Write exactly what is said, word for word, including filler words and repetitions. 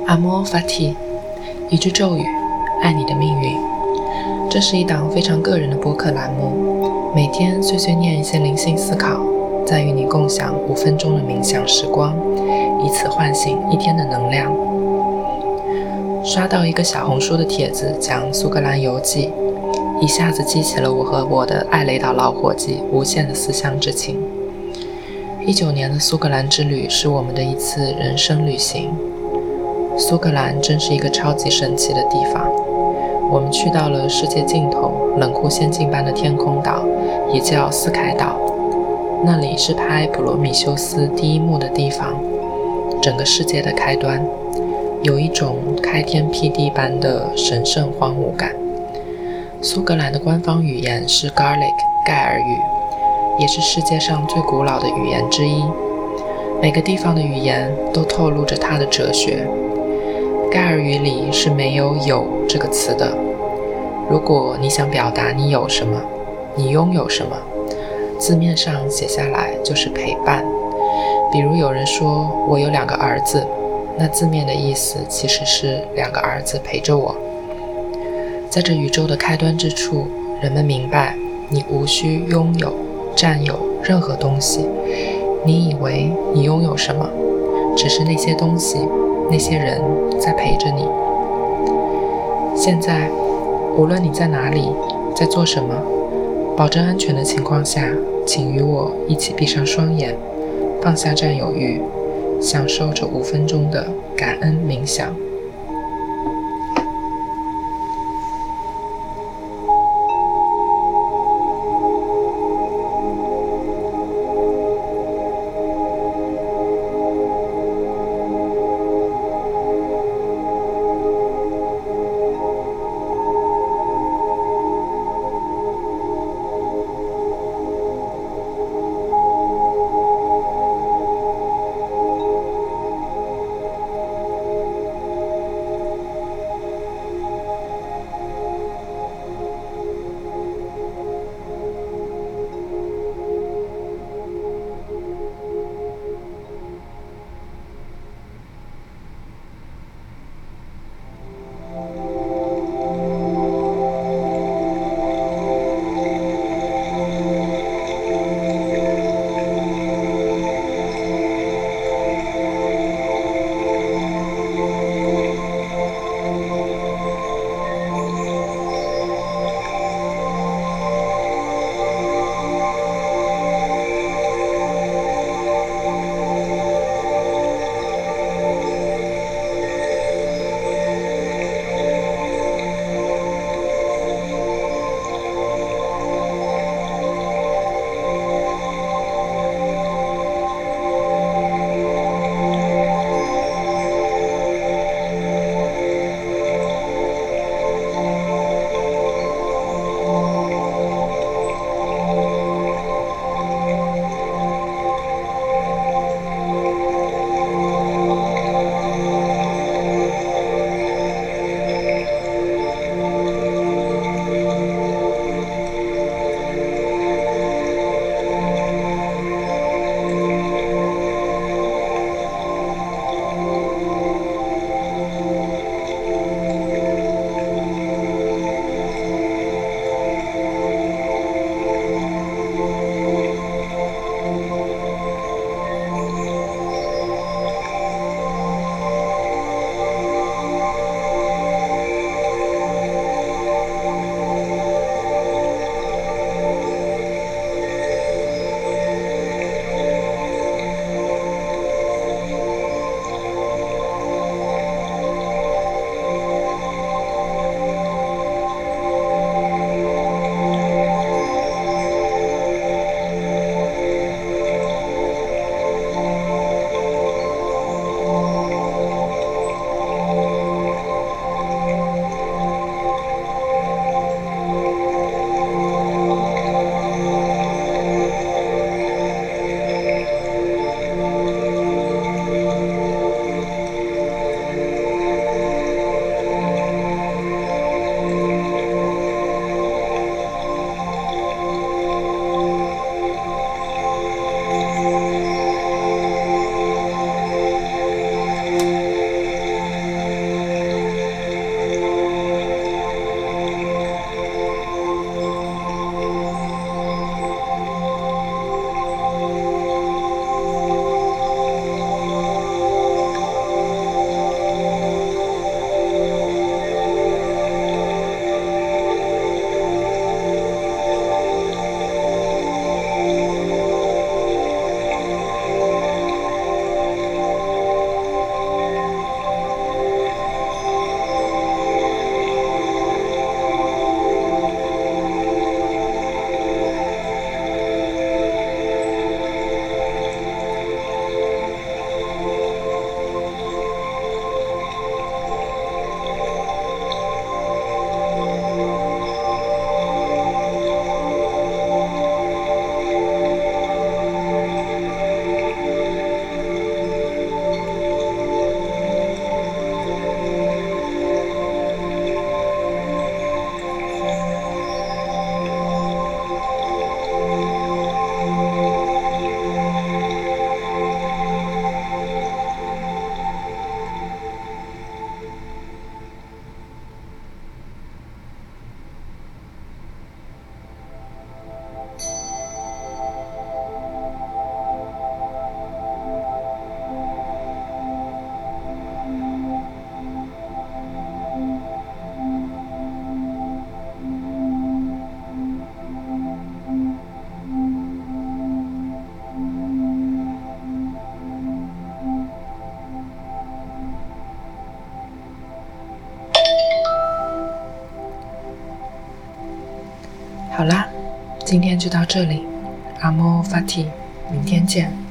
Amor Fati， 一句咒语，爱你的命运。这是一档非常个人的播客栏目，每天碎碎念一些灵性思考，再与你共享五分钟的冥想时光，以此唤醒一天的能量。刷到一个小红书的帖子讲苏格兰游记，一下子激起了我和我的艾雷岛老伙计无限的思乡之情。一九年的苏格兰之旅是我们的一次人生旅行。苏格兰真是一个超级神奇的地方。我们去到了世界尽头冷酷仙境般的天空岛，也叫斯凯岛。那里是拍《普罗米修斯》第一幕的地方，整个世界的开端，有一种开天辟地般的神圣荒芜感。苏格兰的官方语言是 Gaelic 盖尔语，也是世界上最古老的语言之一。每个地方的语言都透露着它的哲学。盖尔语里是没有有这个词的。如果你想表达你有什么，你拥有什么，字面上写下来就是陪伴。比如有人说我有两个儿子，那字面的意思其实是两个儿子陪着我。在这宇宙的开端之处，人们明白你无需拥有占有任何东西。你以为你拥有什么，只是那些东西那些人在陪着你。现在无论你在哪里，在做什么，保证安全的情况下，请与我一起闭上双眼，放下占有欲，享受这五分钟的感恩冥想。 好啦，今天就到这里，阿莫法提，明天见。